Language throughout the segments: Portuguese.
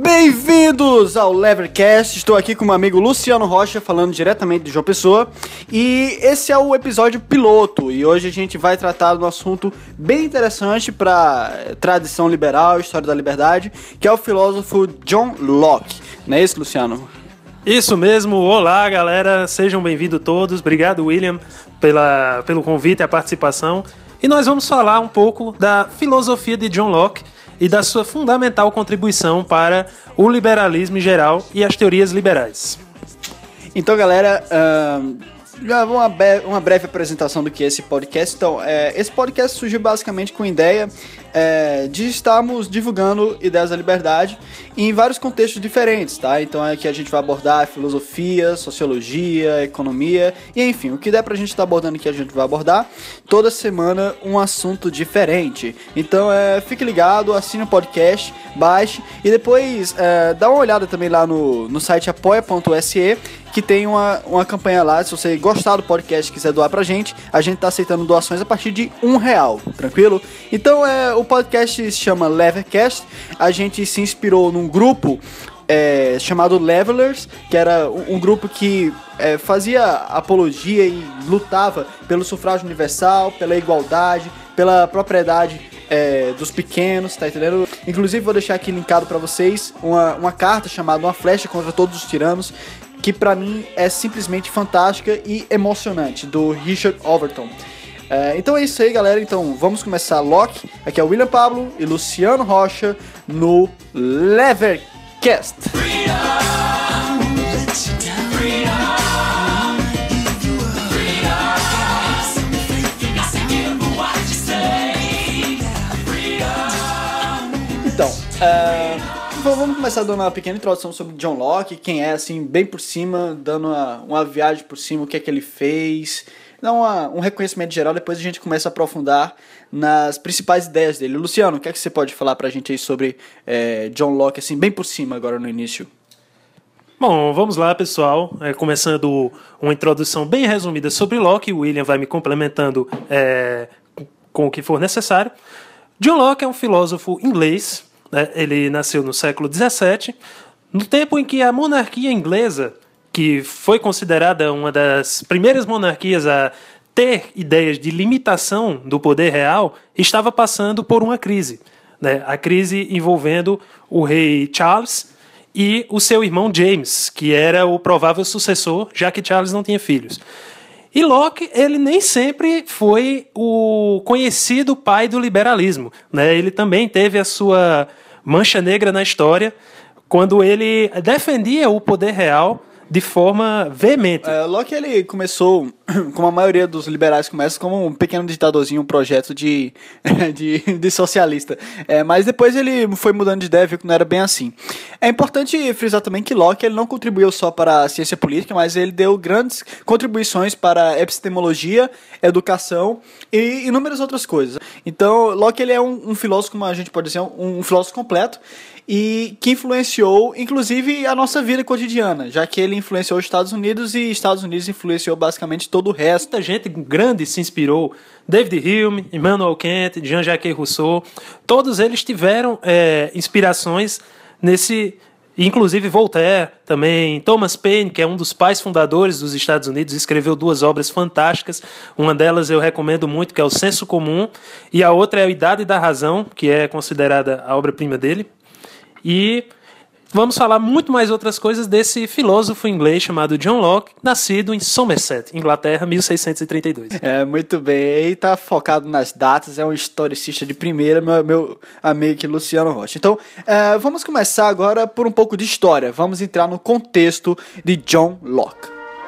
Bem-vindos ao Levercast, estou aqui com o meu amigo Luciano Rocha, falando diretamente de João Pessoa. E esse é o episódio piloto, e hoje a gente vai tratar de um assunto bem interessante para tradição liberal, história da liberdade, que é o filósofo John Locke. Não é isso, Luciano? Isso mesmo, olá galera, sejam bem-vindos todos, obrigado William pelo convite e a participação. E nós vamos falar um pouco da filosofia de John Locke e da sua fundamental contribuição para o liberalismo em geral e as teorias liberais. Então, galera, uma breve apresentação do que é esse podcast. Então, esse podcast surgiu basicamente com a ideia de estarmos divulgando ideias da liberdade em vários contextos diferentes, tá? Então aqui a gente vai abordar filosofia, sociologia, economia e enfim, o que der pra gente estar abordando aqui a gente vai abordar toda semana um assunto diferente. Então fique ligado, assine o podcast, baixe e depois dá uma olhada também lá no site apoia.se, que tem uma campanha lá. Se você gostar do podcast e quiser doar pra gente, a gente tá aceitando doações a partir de R$1, tranquilo? Então o podcast se chama Levercast. A gente se inspirou num grupo chamado Levelers, que era um grupo que fazia apologia e lutava pelo sufrágio universal, pela igualdade, pela propriedade dos pequenos, tá entendendo? Inclusive vou deixar aqui linkado pra vocês uma carta chamada Uma Flecha contra Todos os Tiranos, que pra mim é simplesmente fantástica e emocionante, do Richard Overton. Então é isso aí, galera. Então vamos começar Locke. Aqui é o William Pablo e Luciano Rocha no Levercast. Então, vamos começar dando uma pequena introdução sobre John Locke, quem é, assim, bem por cima, dando uma viagem por cima, o que é que ele fez, dar um reconhecimento geral, depois a gente começa a aprofundar nas principais ideias dele. Luciano, o que é que você pode falar pra gente aí sobre John Locke, assim, bem por cima agora no início? Bom, vamos lá, pessoal. Começando uma introdução bem resumida sobre Locke, o William vai me complementando com o que for necessário. John Locke é um filósofo inglês, né? Ele nasceu no século XVII, no tempo em que a monarquia inglesa, que foi considerada uma das primeiras monarquias a ter ideias de limitação do poder real, estava passando por uma crise, né? A crise envolvendo o rei Charles e o seu irmão James, que era o provável sucessor, já que Charles não tinha filhos. E Locke, ele nem sempre foi o conhecido pai do liberalismo, né? Ele também teve a sua mancha negra na história, quando ele defendia o poder real de forma veemente. Locke, ele começou, como a maioria dos liberais começa, como um pequeno ditadorzinho, um projeto de socialista. Mas depois ele foi mudando de ideia, viu que não era bem assim. É importante frisar também que Locke ele não contribuiu só para a ciência política, mas ele deu grandes contribuições para a epistemologia, educação e inúmeras outras coisas. Então, Locke ele é um filósofo, como a gente pode dizer, um filósofo completo, e que influenciou, inclusive, a nossa vida cotidiana, já que ele influenciou os Estados Unidos e Estados Unidos influenciou basicamente todo o resto. Muita gente grande se inspirou, David Hume, Immanuel Kant, Jean-Jacques Rousseau, todos eles tiveram inspirações nesse, inclusive Voltaire também, Thomas Paine, que é um dos pais fundadores dos Estados Unidos, escreveu 2 obras fantásticas, uma delas eu recomendo muito, que é O Senso Comum, e a outra é A Idade da Razão, que é considerada a obra-prima dele. E vamos falar muito mais outras coisas desse filósofo inglês chamado John Locke, nascido em Somerset, Inglaterra, 1632. Muito bem. Ele tá focado nas datas, é um historicista de primeira, meu amigo aqui, Luciano Rocha. Então, vamos começar agora por um pouco de história. Vamos entrar no contexto de John Locke.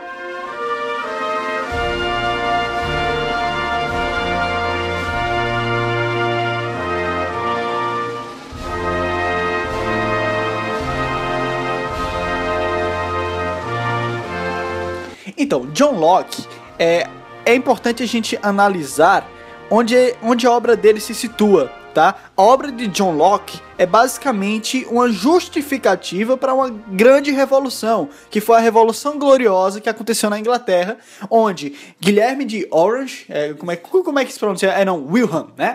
Então, John Locke, é importante a gente analisar onde a obra dele se situa, tá? A obra de John Locke é basicamente uma justificativa para uma grande revolução, que foi a Revolução Gloriosa que aconteceu na Inglaterra, onde Guilherme de Orange, como é que se pronuncia? Wilhelm, né?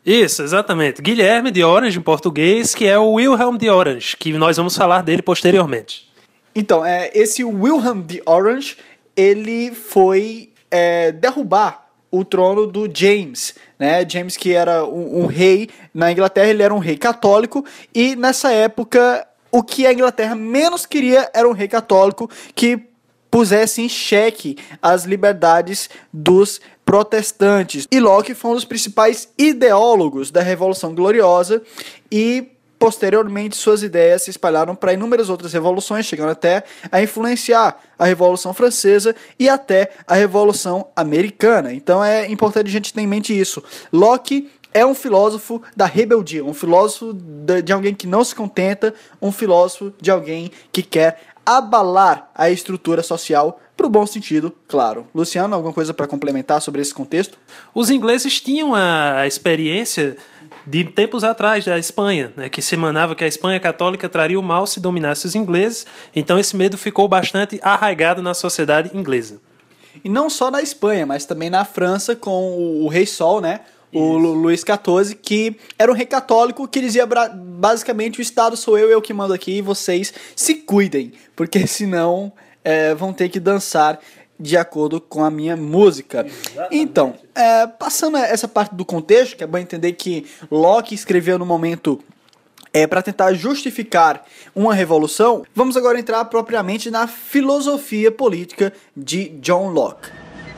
Isso, exatamente. Guilherme de Orange, em português, que é o Wilhelm de Orange, que nós vamos falar dele posteriormente. Então, esse Wilhelm de Orange, ele foi derrubar o trono do James, né? James, que era um rei na Inglaterra, ele era um rei católico, e nessa época o que a Inglaterra menos queria era um rei católico que pusesse em xeque as liberdades dos protestantes. E Locke foi um dos principais ideólogos da Revolução Gloriosa e posteriormente suas ideias se espalharam para inúmeras outras revoluções, chegando até a influenciar a Revolução Francesa e até a Revolução Americana. Então é importante a gente ter em mente isso. Locke é um filósofo da rebeldia, um filósofo de alguém que não se contenta, um filósofo de alguém que quer abalar a estrutura social para o bom sentido, claro. Luciano, alguma coisa para complementar sobre esse contexto? Os ingleses tinham a experiência de tempos atrás da Espanha, né, que se emanava que a Espanha católica traria o mal se dominasse os ingleses, então esse medo ficou bastante arraigado na sociedade inglesa. E não só na Espanha, mas também na França com o Rei Sol, né? O Luís XIV, que era um rei católico que dizia basicamente: o Estado sou eu que mando aqui, e vocês se cuidem, porque senão vão ter que dançar de acordo com a minha música. Exatamente. Então, passando essa parte do contexto, que é bom entender que Locke escreveu no momento para tentar justificar uma revolução, vamos agora entrar propriamente na filosofia política de John Locke.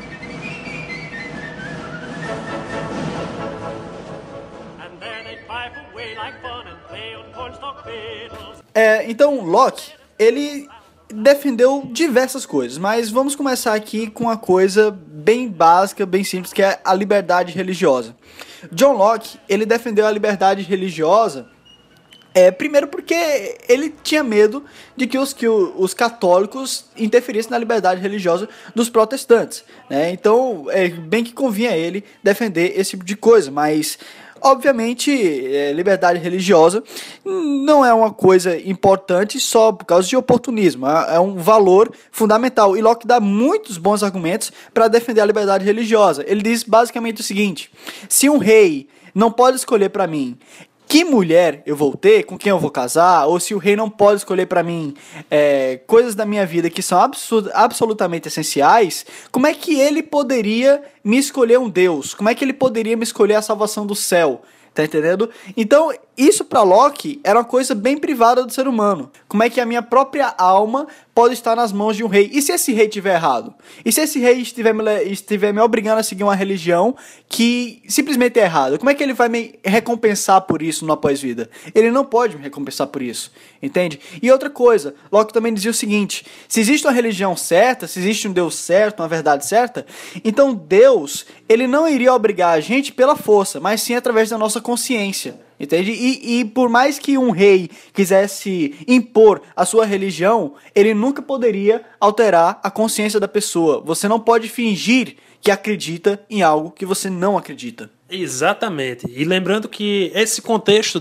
Então, Locke, ele defendeu diversas coisas, mas vamos começar aqui com uma coisa bem básica, bem simples, que é a liberdade religiosa. John Locke, ele defendeu a liberdade religiosa, primeiro porque ele tinha medo de que os católicos interferissem na liberdade religiosa dos protestantes, né? Então, bem que convinha a ele defender esse tipo de coisa, mas obviamente, liberdade religiosa não é uma coisa importante só por causa de oportunismo. É um valor fundamental. E Locke dá muitos bons argumentos para defender a liberdade religiosa. Ele diz basicamente o seguinte: se um rei não pode escolher para mim que mulher eu vou ter, com quem eu vou casar, ou se o rei não pode escolher para mim coisas da minha vida que são absolutamente essenciais, como é que ele poderia me escolher um Deus? Como é que ele poderia me escolher a salvação do céu? Tá entendendo? Então, isso para Locke era uma coisa bem privada do ser humano. Como é que a minha própria alma pode estar nas mãos de um rei? E se esse rei estiver errado? E se esse rei estiver me obrigando a seguir uma religião que simplesmente é errada? Como é que ele vai me recompensar por isso no após-vida? Ele não pode me recompensar por isso, entende? E outra coisa, Locke também dizia o seguinte: se existe uma religião certa, se existe um Deus certo, uma verdade certa, então Deus, ele não iria obrigar a gente pela força, mas sim através da nossa consciência. Entende? E por mais que um rei quisesse impor a sua religião, ele nunca poderia alterar a consciência da pessoa. Você não pode fingir que acredita em algo que você não acredita. Exatamente. E lembrando que esse contexto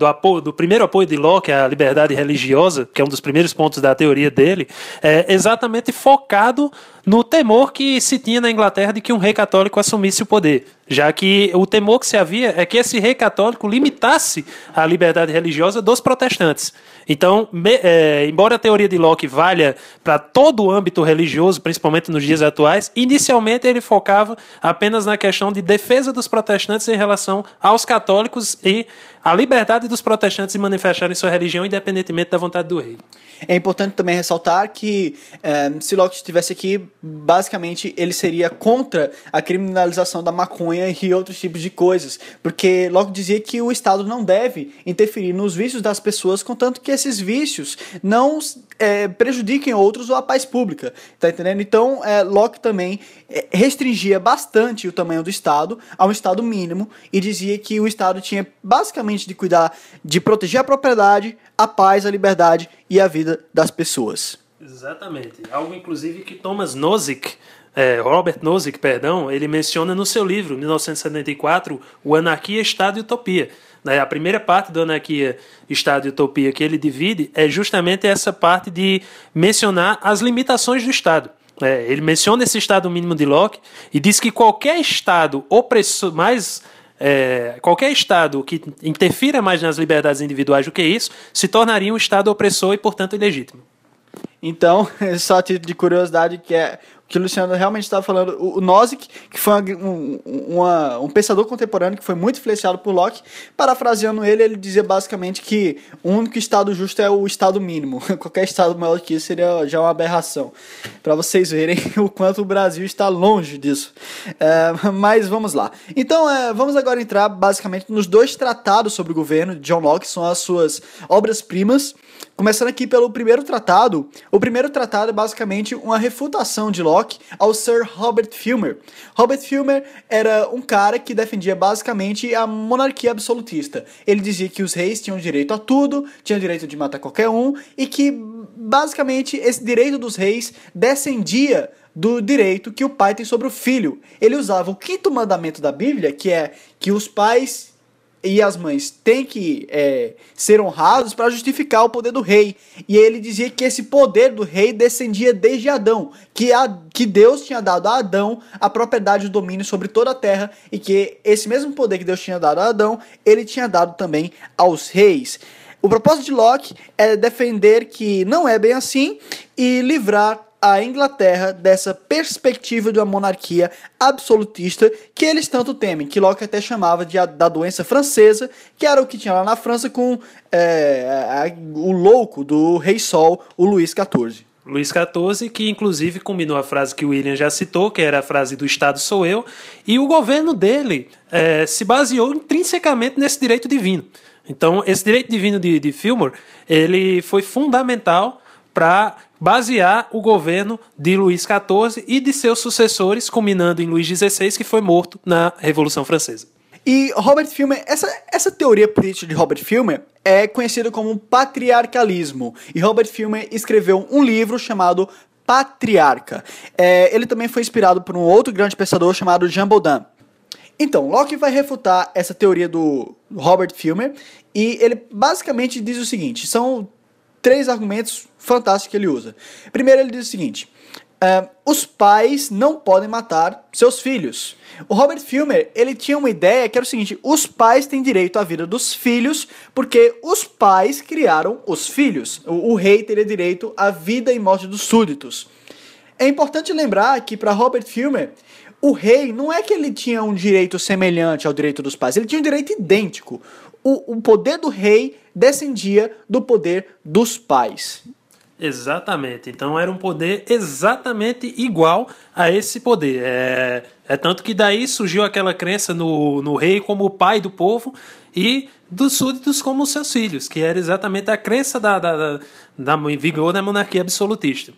do primeiro apoio de Locke à liberdade religiosa, que é um dos primeiros pontos da teoria dele, é exatamente focado no temor que se tinha na Inglaterra de que um rei católico assumisse o poder, já que o temor que se havia é que esse rei católico limitasse a liberdade religiosa dos protestantes. Então, embora a teoria de Locke valha para todo o âmbito religioso, principalmente nos dias atuais, inicialmente ele focava apenas na questão de defesa dos protestantes em relação aos católicos e a liberdade dos protestantes de manifestarem sua religião independentemente da vontade do rei. É importante também ressaltar que se Locke estivesse aqui, basicamente ele seria contra a criminalização da maconha e outros tipos de coisas, porque Locke dizia que o Estado não deve interferir nos vícios das pessoas, contanto que esses vícios não prejudiquem outros ou a paz pública, tá entendendo? Então Locke também restringia bastante o tamanho do Estado a um Estado mínimo e dizia que o Estado tinha basicamente de cuidar de proteger a propriedade, a paz, a liberdade e a vida das pessoas. Exatamente. Algo, inclusive, que Robert Nozick, ele menciona no seu livro, 1974, o Anarquia, Estado e Utopia. A primeira parte do Anarquia, Estado e Utopia que ele divide é justamente essa parte de mencionar as limitações do Estado. Ele menciona esse Estado mínimo de Locke e diz que qualquer Estado opressor, mais qualquer Estado que interfira mais nas liberdades individuais do que isso, se tornaria um Estado opressor e, portanto, ilegítimo. Então, só a título de curiosidade, que é o que o Luciano realmente estava falando, o Nozick, que foi um pensador contemporâneo que foi muito influenciado por Locke, parafraseando ele dizia basicamente que o único Estado justo é o Estado mínimo. Qualquer Estado maior que isso seria já uma aberração. Para vocês verem o quanto o Brasil está longe disso. Mas vamos lá. Então, vamos agora entrar basicamente nos 2 tratados sobre o governo de John Locke, são as suas obras-primas. Começando aqui pelo primeiro tratado. O primeiro tratado é basicamente uma refutação de Locke ao Sir Robert Filmer. Robert Filmer era um cara que defendia basicamente a monarquia absolutista. Ele dizia que os reis tinham direito a tudo, tinham direito de matar qualquer um, e que basicamente esse direito dos reis descendia do direito que o pai tem sobre o filho. Ele usava o 5º mandamento da Bíblia, que é que os pais e as mães têm que ser honrados para justificar o poder do rei. E ele dizia que esse poder do rei descendia desde Adão, que Deus tinha dado a Adão a propriedade e o domínio sobre toda a terra, e que esse mesmo poder que Deus tinha dado a Adão, ele tinha dado também aos reis. O propósito de Locke é defender que não é bem assim e livrar a Inglaterra dessa perspectiva de uma monarquia absolutista que eles tanto temem, que Locke até chamava da doença francesa, que era o que tinha lá na França com o louco do Rei Sol, o Luís XIV. Luís XIV, que inclusive combinou a frase que o William já citou, que era a frase do Estado sou eu, e o governo dele se baseou intrinsecamente nesse direito divino. Então, esse direito divino de Fillmore, ele foi fundamental para basear o governo de Luís XIV e de seus sucessores, culminando em Luís XVI, que foi morto na Revolução Francesa. E Robert Filmer, essa teoria política de Robert Filmer é conhecida como patriarcalismo. E Robert Filmer escreveu um livro chamado Patriarca. Ele também foi inspirado por um outro grande pensador chamado Jean Baudin. Então, Locke vai refutar essa teoria do Robert Filmer e ele basicamente diz o seguinte, são 3 argumentos fantásticos que ele usa. Primeiro, ele diz o seguinte, os pais não podem matar seus filhos. O Robert Filmer, ele tinha uma ideia que era o seguinte, os pais têm direito à vida dos filhos porque os pais criaram os filhos. O rei teria direito à vida e morte dos súditos. É importante lembrar que para Robert Filmer, o rei não é que ele tinha um direito semelhante ao direito dos pais, ele tinha um direito idêntico. O poder do rei descendia do poder dos pais. Exatamente. Então era um poder exatamente igual a esse poder. Tanto que daí surgiu aquela crença no rei como o pai do povo e dos súditos como seus filhos, que era exatamente a crença da vigor da monarquia absolutista.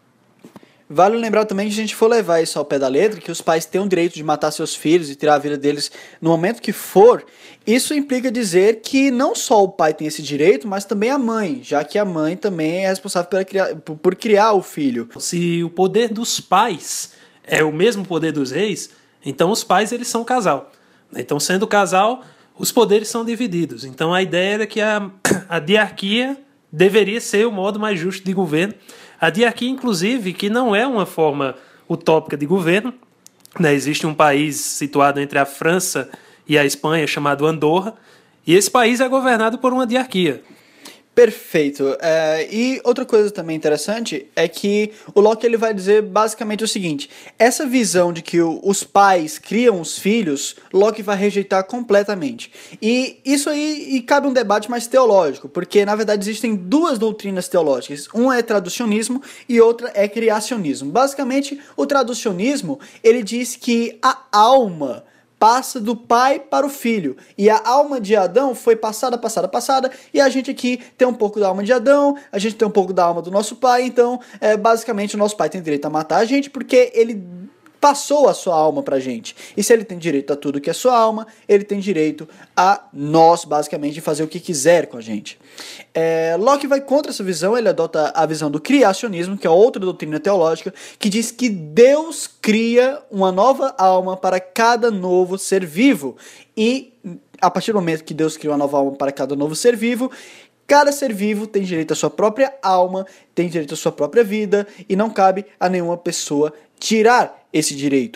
Vale lembrar também que, se a gente for levar isso ao pé da letra, que os pais têm o direito de matar seus filhos e tirar a vida deles no momento que for, isso implica dizer que não só o pai tem esse direito, mas também a mãe, já que a mãe também é responsável por criar o filho. Se o poder dos pais é o mesmo poder dos reis, então os pais eles são casal. Então, sendo casal, os poderes são divididos. Então a ideia era que a diarquia deveria ser o modo mais justo de governo. A diarquia, inclusive, que não é uma forma utópica de governo, né? Existe um país situado entre a França e a Espanha chamado Andorra, e esse país é governado por uma diarquia. Perfeito. E outra coisa também interessante é que o Locke ele vai dizer basicamente o seguinte, essa visão de que os pais criam os filhos, Locke vai rejeitar completamente. E isso aí cabe um debate mais teológico, porque na verdade existem 2 doutrinas teológicas, uma é traducionismo e outra é criacionismo. Basicamente, o traducionismo ele diz que a alma passa do pai para o filho. E a alma de Adão foi passada, e a gente aqui tem um pouco da alma de Adão, a gente tem um pouco da alma do nosso pai, então, basicamente, o nosso pai tem direito a matar a gente, porque ele passou a sua alma pra gente. E se ele tem direito a tudo que é sua alma, ele tem direito a nós, basicamente, fazer o que quiser com a gente. Locke vai contra essa visão, ele adota a visão do criacionismo, que é outra doutrina teológica, que diz que Deus cria uma nova alma para cada novo ser vivo. E, a partir do momento que Deus cria uma nova alma para cada novo ser vivo, cada ser vivo tem direito à sua própria alma, tem direito à sua própria vida, e não cabe a nenhuma pessoa tirar esse direito.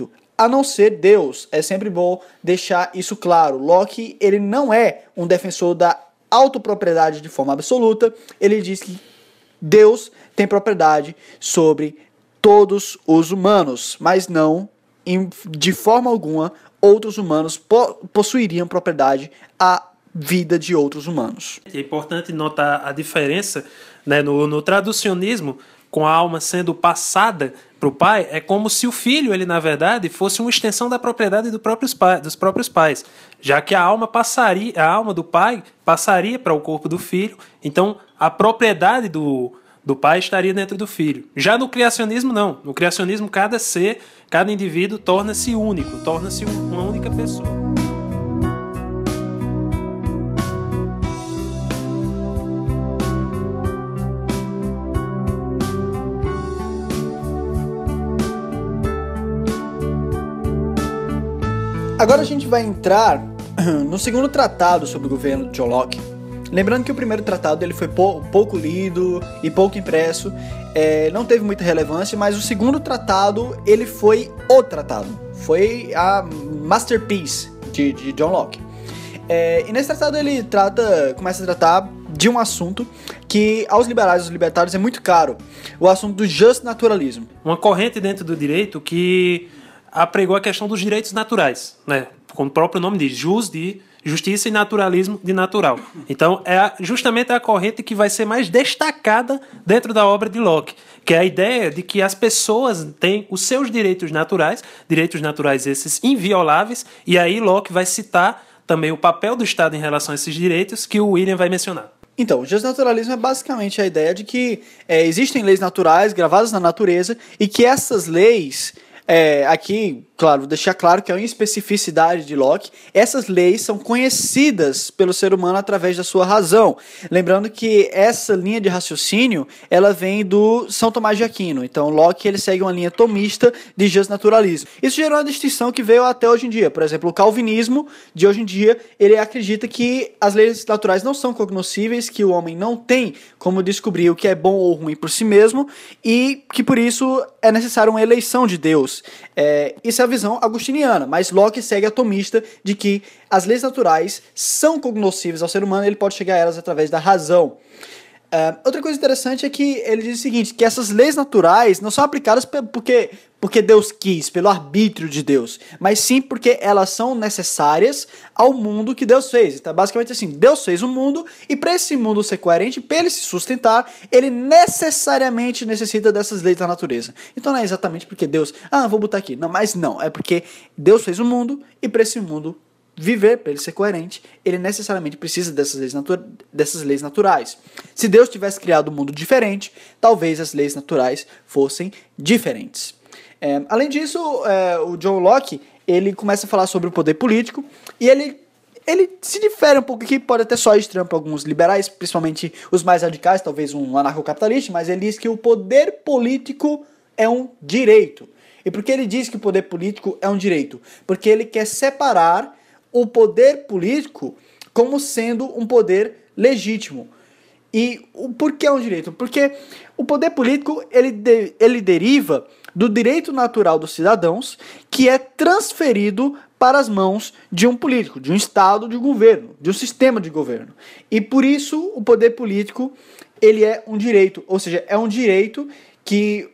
a não ser Deus. É sempre bom deixar isso claro. Locke, ele não é um defensor da autopropriedade de forma absoluta. Ele diz que Deus tem propriedade sobre todos os humanos, mas não, de forma alguma, outros humanos possuiriam propriedade à vida de outros humanos. É importante notar a diferença, né, no traducionismo, com a alma sendo passada para o pai, é como se o filho, ele na verdade, fosse uma extensão da propriedade dos próprios pais, já que a alma do pai passaria para o corpo do filho, então a propriedade do pai estaria dentro do filho. Já no criacionismo, não. No criacionismo, cada ser, cada indivíduo torna-se único, torna-se uma única pessoa. Agora a gente vai entrar no segundo tratado sobre o governo de John Locke. Lembrando que o primeiro tratado ele foi pouco lido e pouco impresso, não teve muita relevância, mas o segundo tratado ele foi o tratado, foi a masterpiece de John Locke. E nesse tratado ele começa a tratar de um assunto que aos liberais e aos libertários é muito caro, o assunto do justnaturalismo. Uma corrente dentro do direito que apregou a questão dos direitos naturais, né? Como o próprio nome diz, de justiça e naturalismo de natural. Então, justamente a corrente que vai ser mais destacada dentro da obra de Locke, que é a ideia de que as pessoas têm os seus direitos naturais esses invioláveis, e aí Locke vai citar também o papel do Estado em relação a esses direitos que o William vai mencionar. Então, o justnaturalismo é basicamente a ideia de que existem leis naturais gravadas na natureza e que essas leis... aqui, claro, vou deixar claro que é uma especificidade de Locke. Essas leis são conhecidas pelo ser humano através da sua razão. Lembrando que essa linha de raciocínio, ela vem do São Tomás de Aquino. Então, Locke ele segue uma linha tomista de justnaturalismo. Isso gerou uma distinção que veio até hoje em dia. Por exemplo, o calvinismo de hoje em dia, ele acredita que as leis naturais não são cognoscíveis, que o homem não tem como descobrir o que é bom ou ruim por si mesmo e que por isso é necessária uma eleição de Deus. Isso é a visão agostiniana, mas Locke segue a tomista de que as leis naturais são cognoscíveis ao ser humano e ele pode chegar a elas através da razão. Outra coisa interessante é que ele diz o seguinte, que essas leis naturais não são aplicadas porque Deus quis, pelo arbítrio de Deus, mas sim porque elas são necessárias ao mundo que Deus fez. Então, basicamente assim, Deus fez um mundo e para esse mundo ser coerente, para ele se sustentar, ele necessariamente necessita dessas leis da natureza. Então não é exatamente porque Deus, vou botar aqui. Não, mas não, é porque Deus fez um mundo e para esse mundo viver, para ele ser coerente, ele necessariamente precisa dessas leis naturais. Se Deus tivesse criado um mundo diferente, talvez as leis naturais fossem diferentes. Além disso, o John Locke ele começa a falar sobre o poder político e ele se difere um pouco aqui, pode até só estranho para alguns liberais, principalmente os mais radicais, talvez um anarcocapitalista, mas ele diz que o poder político é um direito. E por que ele diz que o poder político é um direito? Porque ele quer separar o poder político como sendo um poder legítimo. E por que é um direito? Porque o poder político ele deriva do direito natural dos cidadãos que é transferido para as mãos de um político, de um Estado, de um governo, de um sistema de governo. E por isso o poder político ele é um direito, ou seja, é um direito que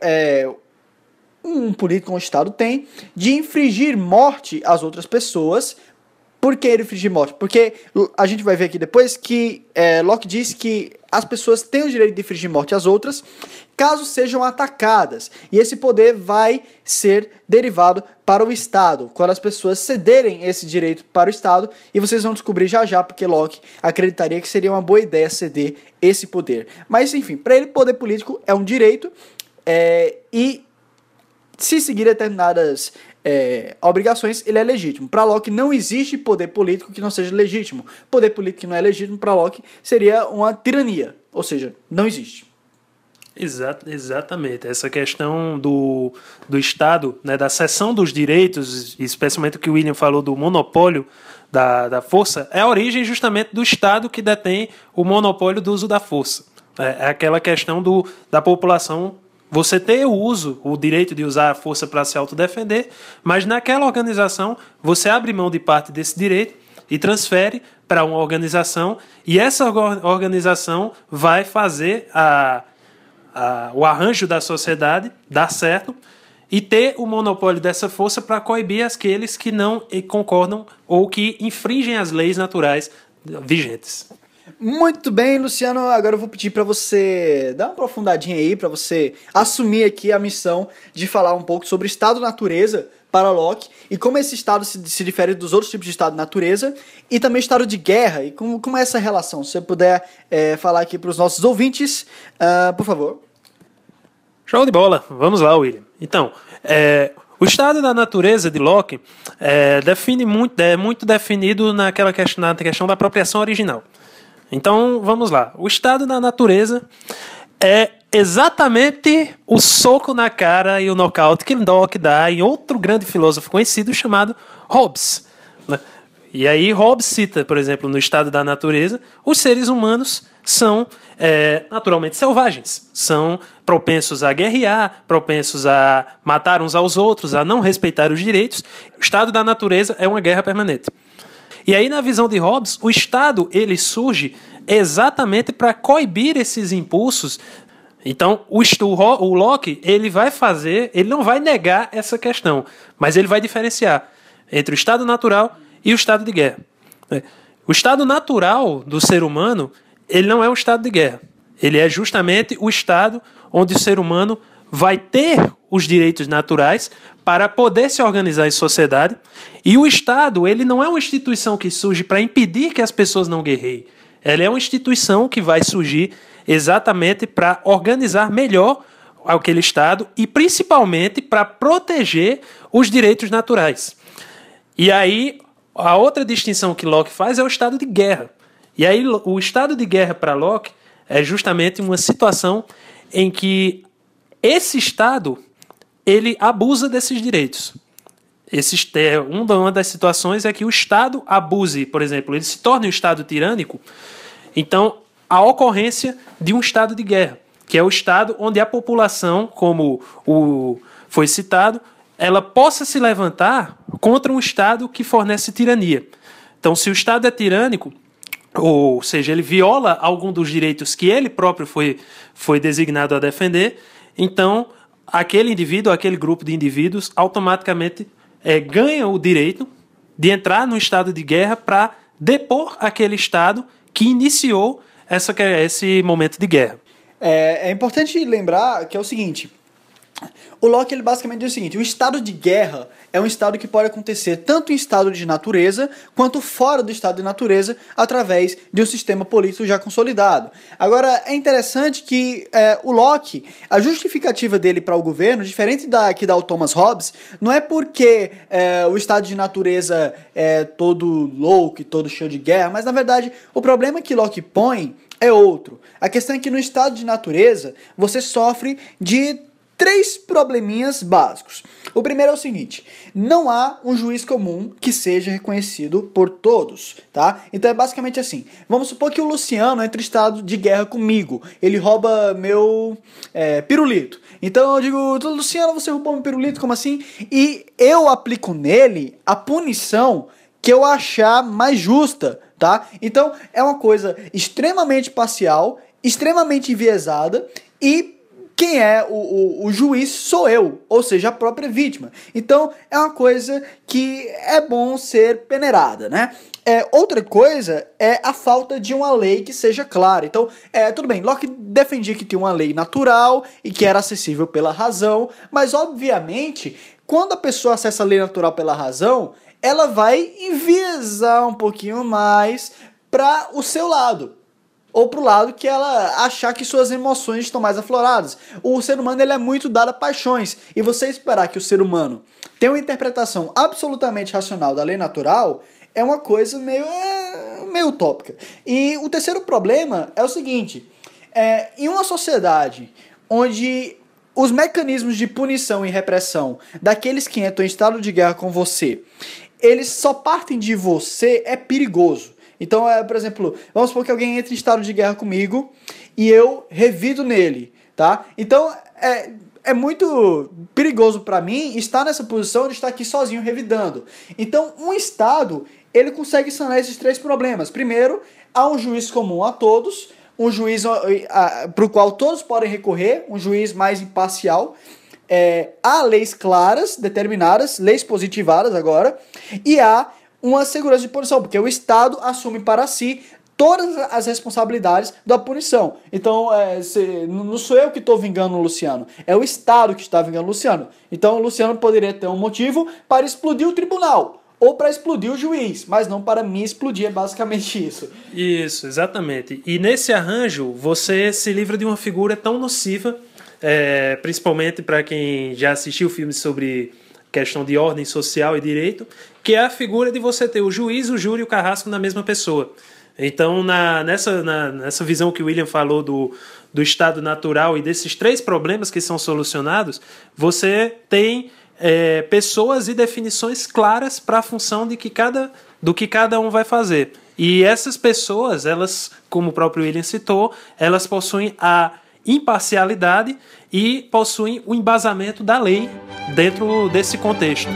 um político, um Estado tem de infligir morte às outras pessoas. Por que ele infligir morte? Porque a gente vai ver aqui depois que Locke diz que as pessoas têm o direito de infligir morte às outras caso sejam atacadas. E esse poder vai ser derivado para o Estado, quando as pessoas cederem esse direito para o Estado, e vocês vão descobrir já já porque Locke acreditaria que seria uma boa ideia ceder esse poder. Mas enfim, para ele poder político é um direito e se seguir determinadas obrigações, ele é legítimo. Para Locke não existe poder político que não seja legítimo. Poder político que não é legítimo para Locke seria uma tirania, ou seja, não existe. Exatamente. Essa questão do Estado, né, da cessão dos direitos, especialmente o que o William falou do monopólio da força, é a origem justamente do Estado que detém o monopólio do uso da força. É aquela questão da população você ter o direito de usar a força para se autodefender, mas naquela organização você abre mão de parte desse direito e transfere para uma organização, e essa organização vai fazer o arranjo da sociedade dar certo e ter o monopólio dessa força para coibir aqueles que não concordam ou que infringem as leis naturais vigentes. Muito bem, Luciano. Agora eu vou pedir para você dar uma aprofundadinha aí, para você assumir aqui a missão de falar um pouco sobre estado-natureza para Locke e como esse estado se difere dos outros tipos de estado-natureza e também estado de guerra e como é essa relação. Se você puder falar aqui para os nossos ouvintes, por favor. Show de bola. Vamos lá, William. Então, o estado da natureza de Locke é muito definido na questão da apropriação original. Então, vamos lá. O estado da natureza é exatamente o soco na cara e o nocaute que Locke dá em outro grande filósofo conhecido chamado Hobbes. E aí Hobbes cita, por exemplo, no estado da natureza, os seres humanos são naturalmente selvagens, são propensos a guerrear, propensos a matar uns aos outros, a não respeitar os direitos. O estado da natureza é uma guerra permanente. E aí, na visão de Hobbes, o Estado ele surge exatamente para coibir esses impulsos. Então, o Locke ele não vai negar essa questão, mas ele vai diferenciar entre o estado natural e o estado de guerra. O estado natural do ser humano ele não é um estado de guerra. Ele é justamente o estado onde o ser humano vai ter os direitos naturais para poder se organizar em sociedade. E o Estado, ele não é uma instituição que surge para impedir que as pessoas não guerreiem. Ela é uma instituição que vai surgir exatamente para organizar melhor aquele Estado e principalmente para proteger os direitos naturais. E aí, a outra distinção que Locke faz é o estado de guerra. E aí, o estado de guerra para Locke é justamente uma situação em que esse Estado ele abusa desses direitos. Uma das situações é que o Estado abuse, por exemplo, ele se torna um Estado tirânico, então a ocorrência de um estado de guerra, que é o estado onde a população, como foi citado, ela possa se levantar contra um Estado que fornece tirania. Então, se o Estado é tirânico, ou seja, ele viola algum dos direitos que ele próprio foi designado a defender, então aquele indivíduo, aquele grupo de indivíduos, automaticamente ganha o direito de entrar no estado de guerra para depor aquele Estado que iniciou esse momento de guerra. É importante lembrar que é o seguinte: o Locke ele basicamente diz o seguinte: o estado de guerra é um estado que pode acontecer tanto em estado de natureza quanto fora do estado de natureza através de um sistema político já consolidado. Agora, é interessante que o Locke, a justificativa dele para o governo, diferente que dá o Thomas Hobbes, não é porque o estado de natureza é todo louco e todo cheio de guerra, mas na verdade o problema que Locke põe é outro. A questão é que no estado de natureza você sofre de 3 probleminhas básicos. O primeiro é o seguinte: não há um juiz comum que seja reconhecido por todos, tá? Então é basicamente assim. Vamos supor que o Luciano entre em estado de guerra comigo. Ele rouba meu pirulito. Então eu digo: Luciano, você roubou meu pirulito, como assim? E eu aplico nele a punição que eu achar mais justa, tá? Então é uma coisa extremamente parcial, extremamente enviesada e quem é o juiz sou eu, ou seja, a própria vítima. Então, é uma coisa que é bom ser peneirada, né? Outra coisa é a falta de uma lei que seja clara. Então, tudo bem, Locke defendia que tinha uma lei natural e que era acessível pela razão, mas, obviamente, quando a pessoa acessa a lei natural pela razão, ela vai enviesar um pouquinho mais para o seu lado. Ou pro lado que ela achar que suas emoções estão mais afloradas. O ser humano ele é muito dado a paixões. E você esperar que o ser humano tenha uma interpretação absolutamente racional da lei natural é uma coisa meio utópica. E o terceiro problema é o seguinte: em uma sociedade onde os mecanismos de punição e repressão daqueles que entram em estado de guerra com você, eles só partem de você, é perigoso. Então, por exemplo, vamos supor que alguém entre em estado de guerra comigo e eu revido nele. tá? Então, é muito perigoso para mim estar nessa posição de estar aqui sozinho revidando. Então, um Estado, ele consegue sanar esses 3 problemas. Primeiro, há um juiz comum a todos, um juiz para o qual todos podem recorrer, um juiz mais imparcial. Há leis claras, determinadas, leis positivadas agora, e há uma segurança de punição, porque o Estado assume para si todas as responsabilidades da punição. Então, não sou eu que estou vingando o Luciano, é o Estado que está vingando o Luciano. Então, o Luciano poderia ter um motivo para explodir o tribunal, ou para explodir o juiz, mas não para me explodir, é basicamente isso. Isso, exatamente. E nesse arranjo, você se livra de uma figura tão nociva, principalmente para quem já assistiu filmes sobre questão de ordem social e direito, que é a figura de você ter o juiz, o júri e o carrasco na mesma pessoa. Então, nessa visão que o William falou do estado natural e desses 3 problemas que são solucionados, você tem pessoas e definições claras para a função do que cada um vai fazer. E essas pessoas, elas, como o próprio William citou, elas possuem a imparcialidade e possuem o embasamento da lei dentro desse contexto.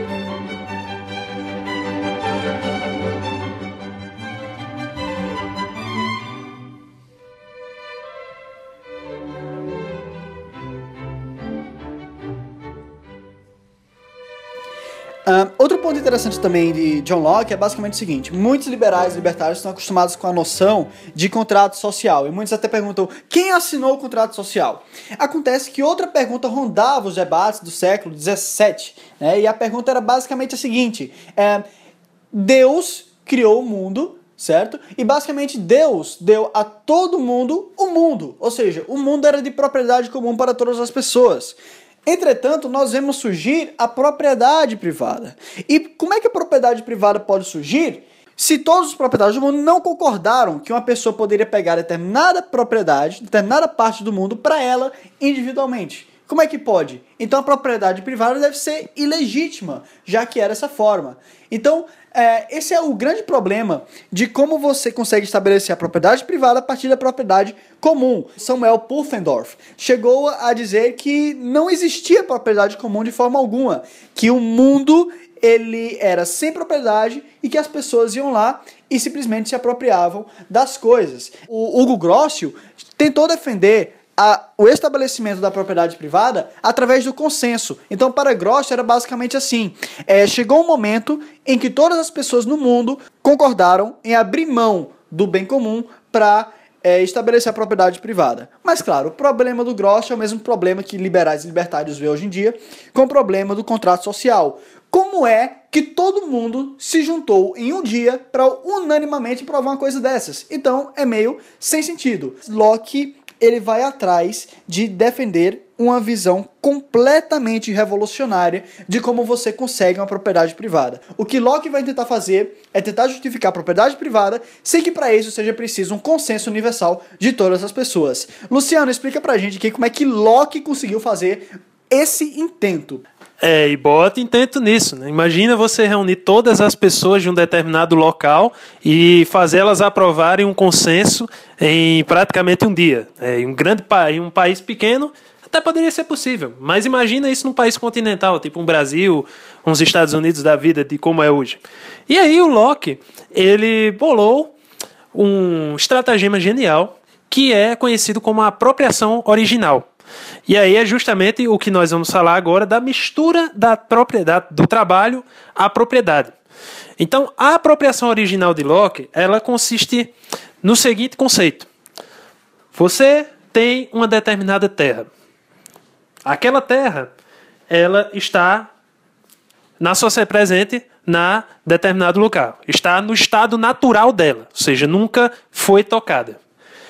Outro ponto interessante também de John Locke é basicamente o seguinte: muitos liberais e libertários estão acostumados com a noção de contrato social, e muitos até perguntam quem assinou o contrato social. Acontece que outra pergunta rondava os debates do século XVII, né? E a pergunta era basicamente a seguinte: Deus criou o mundo, certo? E basicamente Deus deu a todo mundo o mundo, ou seja, o mundo era de propriedade comum para todas as pessoas. Entretanto, nós vemos surgir a propriedade privada. E como é que a propriedade privada pode surgir se todos os proprietários do mundo não concordaram que uma pessoa poderia pegar determinada propriedade, determinada parte do mundo para ela individualmente? Como é que pode? Então a propriedade privada deve ser ilegítima, já que era dessa forma. Então, esse é o grande problema de como você consegue estabelecer a propriedade privada a partir da propriedade comum. Samuel Pufendorf chegou a dizer que não existia propriedade comum de forma alguma, que o mundo ele era sem propriedade e que as pessoas iam lá e simplesmente se apropriavam das coisas. O Hugo Grossio tentou defender o estabelecimento da propriedade privada através do consenso. Então, para Grossio era basicamente assim: chegou um momento em que todas as pessoas no mundo concordaram em abrir mão do bem comum para estabelecer a propriedade privada. Mas, claro, o problema do Grossio é o mesmo problema que liberais e libertários vê hoje em dia, com o problema do contrato social. Como é que todo mundo se juntou em um dia para unanimamente provar uma coisa dessas? Então, é meio sem sentido. Locke ele vai atrás de defender uma visão completamente revolucionária de como você consegue uma propriedade privada. O que Locke vai tentar fazer é tentar justificar a propriedade privada sem que para isso seja preciso um consenso universal de todas as pessoas. Luciano, explica pra gente aqui como é que Locke conseguiu fazer esse intento. E bota intento nisso, né? Imagina você reunir todas as pessoas de um determinado local e fazê-las aprovarem um consenso em praticamente um dia. Em um país pequeno até poderia ser possível, mas imagina isso num país continental, tipo um Brasil, uns Estados Unidos da vida, de como é hoje. E aí o Locke, ele bolou um estratagema genial que é conhecido como a apropriação original. E aí é justamente o que nós vamos falar agora da mistura da propriedade, do trabalho à propriedade. Então, a apropriação original de Locke, ela consiste no seguinte conceito. Você tem uma determinada terra. Aquela terra, ela está na sociedade presente na determinado local. Está no estado natural dela, ou seja, nunca foi tocada.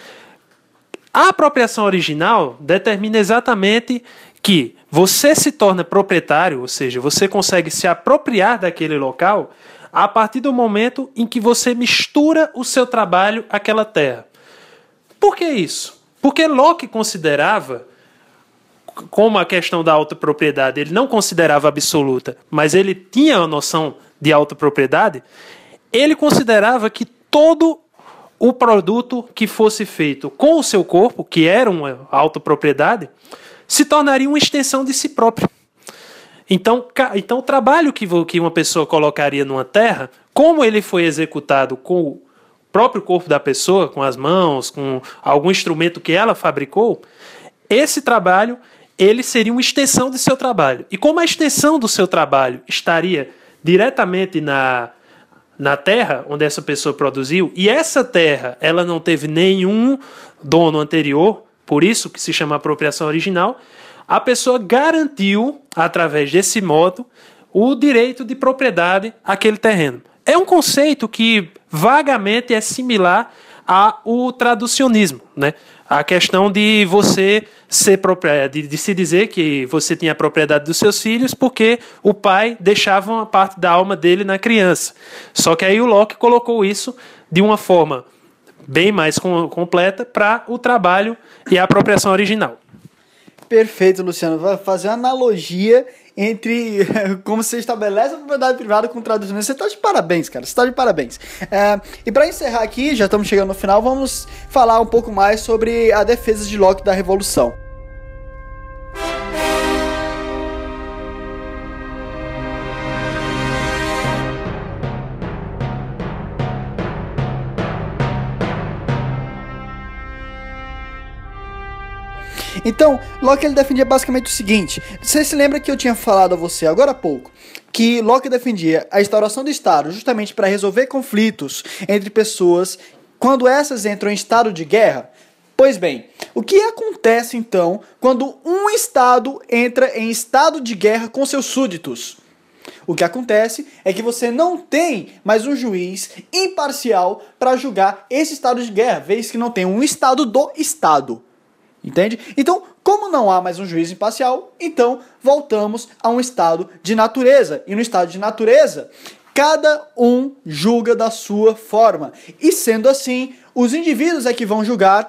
A apropriação original determina exatamente que você se torna proprietário, ou seja, você consegue se apropriar daquele local a partir do momento em que você mistura o seu trabalho àquela terra. Por que isso? Porque Locke considerava, como a questão da autopropriedade ele não considerava absoluta, mas ele tinha a noção de autopropriedade, ele considerava que todo o produto que fosse feito com o seu corpo, que era uma autopropriedade, se tornaria uma extensão de si próprio. Então o trabalho que uma pessoa colocaria numa terra, como ele foi executado com o próprio corpo da pessoa, com as mãos, com algum instrumento que ela fabricou, esse trabalho ele seria uma extensão de seu trabalho. E como a extensão do seu trabalho estaria diretamente na terra onde essa pessoa produziu, e essa terra ela não teve nenhum dono anterior, por isso que se chama apropriação original, a pessoa garantiu, através desse modo, o direito de propriedade àquele terreno. É um conceito que vagamente é similar ao traducionismo, né? A questão de você ser proprietário, de se dizer que você tinha a propriedade dos seus filhos porque o pai deixava uma parte da alma dele na criança. Só que aí o Locke colocou isso de uma forma bem mais completa para o trabalho e a apropriação original. Perfeito, Luciano. Vai fazer uma analogia entre como você estabelece a propriedade privada com o traducionismo. Você está de parabéns, cara. Você está de parabéns. E para encerrar aqui, já estamos chegando no final, vamos falar um pouco mais sobre a defesa de Locke da Revolução. Então, Locke ele defendia basicamente o seguinte. Você se lembra que eu tinha falado a você agora há pouco que Locke defendia a instauração do Estado justamente para resolver conflitos entre pessoas quando essas entram em estado de guerra? Pois bem, o que acontece então quando um Estado entra em estado de guerra com seus súditos? O que acontece é que você não tem mais um juiz imparcial para julgar esse estado de guerra, vez que não tem um Estado do Estado. Entende? Então, como não há mais um juiz imparcial, então voltamos a um estado de natureza. E no estado de natureza, cada um julga da sua forma. E sendo assim, os indivíduos é que vão julgar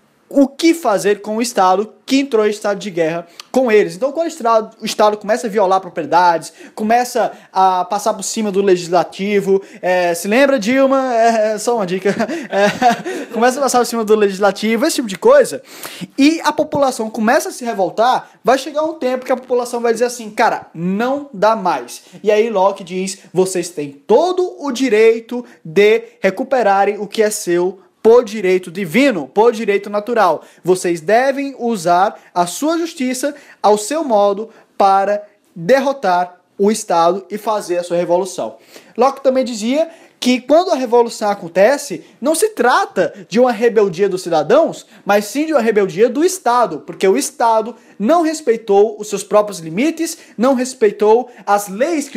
o que fazer com o Estado que entrou em estado de guerra com eles. Então, quando o Estado começa a violar propriedades, começa a passar por cima do legislativo, se lembra, Dilma? Só uma dica. Começa a passar por cima do legislativo, esse tipo de coisa, e a população começa a se revoltar, vai chegar um tempo que a população vai dizer assim, cara, não dá mais. E aí Locke diz, vocês têm todo o direito de recuperarem o que é seu por direito divino, por direito natural. Vocês devem usar a sua justiça ao seu modo para derrotar o Estado e fazer a sua revolução. Locke também dizia que quando a revolução acontece, não se trata de uma rebeldia dos cidadãos, mas sim de uma rebeldia do Estado, porque o Estado não respeitou os seus próprios limites, não respeitou as leis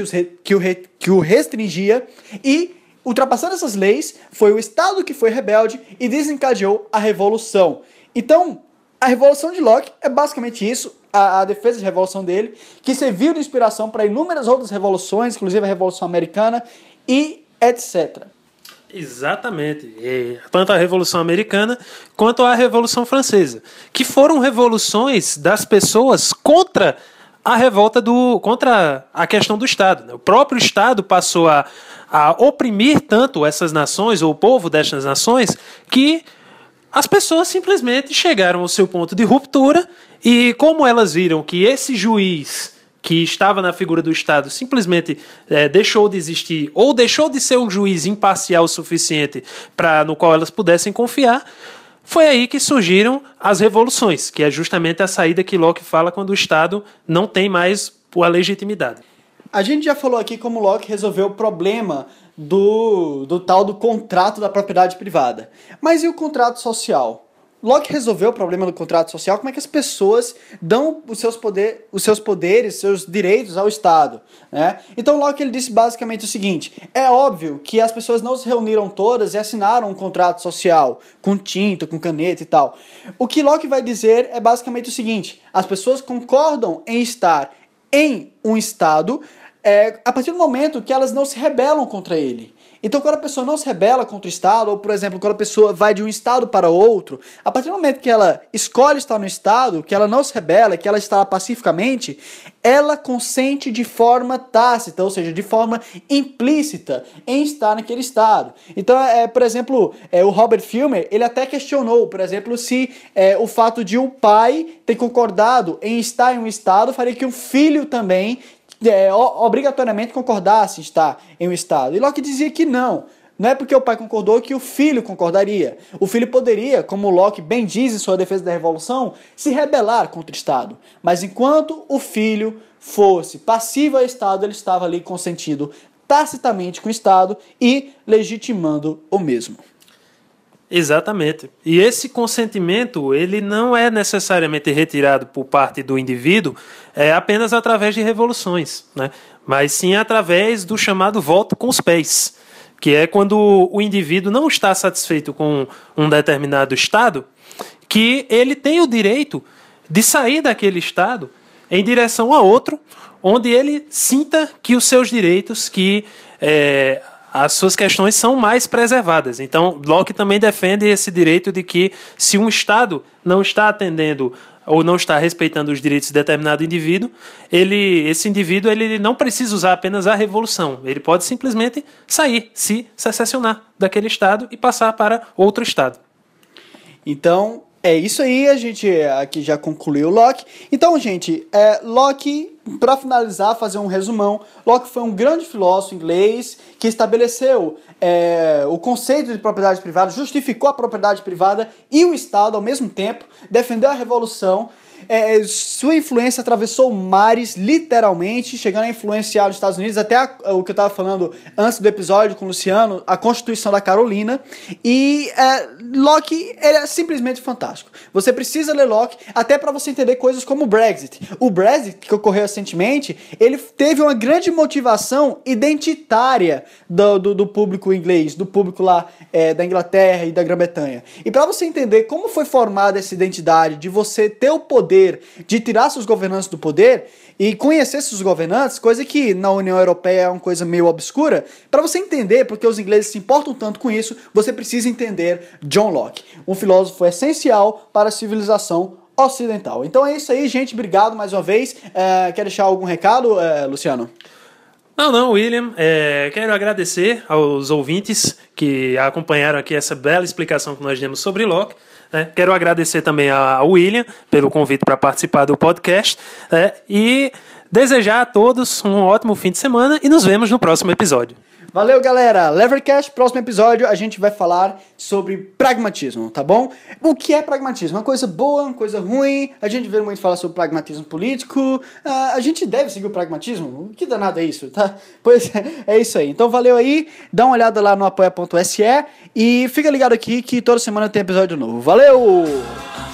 que o restringia e ultrapassando essas leis, foi o Estado que foi rebelde e desencadeou a Revolução. Então, a Revolução de Locke é basicamente isso, a defesa de revolução dele, que serviu de inspiração para inúmeras outras revoluções, inclusive a Revolução Americana e etc. Exatamente. Tanto a Revolução Americana quanto a Revolução Francesa, que foram revoluções das pessoas contra a revolta contra a questão do Estado. O próprio Estado passou a oprimir tanto essas nações, ou o povo destas nações, que as pessoas simplesmente chegaram ao seu ponto de ruptura e como elas viram que esse juiz que estava na figura do Estado simplesmente deixou de existir ou deixou de ser um juiz imparcial o suficiente no qual elas pudessem confiar, foi aí que surgiram as revoluções, que é justamente a saída que Locke fala quando o Estado não tem mais a legitimidade. A gente já falou aqui como Locke resolveu o problema do tal do contrato da propriedade privada. Mas e o contrato social? Locke resolveu o problema do contrato social, como é que as pessoas dão os seus poderes, seus direitos ao Estado, né? Então Locke ele disse basicamente o seguinte, é óbvio que as pessoas não se reuniram todas e assinaram um contrato social, com tinta, com caneta e tal. O que Locke vai dizer é basicamente o seguinte, as pessoas concordam em estar em um Estado a partir do momento que elas não se rebelam contra ele. Então, quando a pessoa não se rebela contra o Estado, ou, por exemplo, quando a pessoa vai de um Estado para outro, a partir do momento que ela escolhe estar no Estado, que ela não se rebela, que ela está pacificamente, ela consente de forma tácita, ou seja, de forma implícita em estar naquele Estado. Então, por exemplo, o Robert Filmer, ele até questionou, por exemplo, se o fato de um pai ter concordado em estar em um Estado faria que um filho também obrigatoriamente concordasse em estar em um Estado. E Locke dizia que não. Não é porque o pai concordou que o filho concordaria. O filho poderia, como Locke bem diz em sua defesa da Revolução, se rebelar contra o Estado. Mas enquanto o filho fosse passivo ao Estado, ele estava ali consentindo tacitamente com o Estado e legitimando o mesmo. Exatamente. E esse consentimento, ele não é necessariamente retirado por parte do indivíduo apenas através de revoluções, né? Mas sim através do chamado voto com os pés, que é quando o indivíduo não está satisfeito com um determinado estado, que ele tem o direito de sair daquele estado em direção a outro, onde ele sinta que os seus direitos, as suas questões são mais preservadas. Então, Locke também defende esse direito de que, se um Estado não está atendendo ou não está respeitando os direitos de determinado indivíduo, esse indivíduo ele não precisa usar apenas a revolução. Ele pode simplesmente sair, se secessionar daquele Estado e passar para outro Estado. Então, é isso aí, a gente aqui já concluiu Locke. Então, gente, Locke, para finalizar, fazer um resumão, Locke foi um grande filósofo inglês que estabeleceu o conceito de propriedade privada, justificou a propriedade privada e o Estado ao mesmo tempo, defendeu a Revolução. Sua influência atravessou mares, literalmente, chegando a influenciar os Estados Unidos, até o que eu estava falando antes do episódio com o Luciano, a Constituição da Carolina. E Locke, ele é simplesmente fantástico. Você precisa ler Locke até para você entender coisas como o Brexit. O Brexit, que ocorreu recentemente, ele teve uma grande motivação identitária do público inglês, do público lá da Inglaterra e da Grã-Bretanha. E para você entender como foi formada essa identidade, de você ter o poder de tirar seus governantes do poder e conhecer seus governantes, coisa que na União Europeia é uma coisa meio obscura, para você entender porque os ingleses se importam tanto com isso, você precisa entender John Locke, um filósofo essencial para a civilização ocidental. Então é isso aí, gente, obrigado mais uma vez. Quer deixar algum recado, Luciano? Não, William, quero agradecer aos ouvintes que acompanharam aqui essa bela explicação que nós demos sobre Locke. Quero agradecer também ao William pelo convite para participar do podcast e desejar a todos um ótimo fim de semana e nos vemos no próximo episódio. Valeu, galera. Levercast, próximo episódio a gente vai falar sobre pragmatismo, tá bom? O que é pragmatismo? Uma coisa boa, uma coisa ruim? A gente vê muito falar sobre pragmatismo político. A gente deve seguir o pragmatismo? Que danado é isso, tá? Pois é isso aí. Então valeu aí, dá uma olhada lá no apoia.se e fica ligado aqui que toda semana tem episódio novo. Valeu!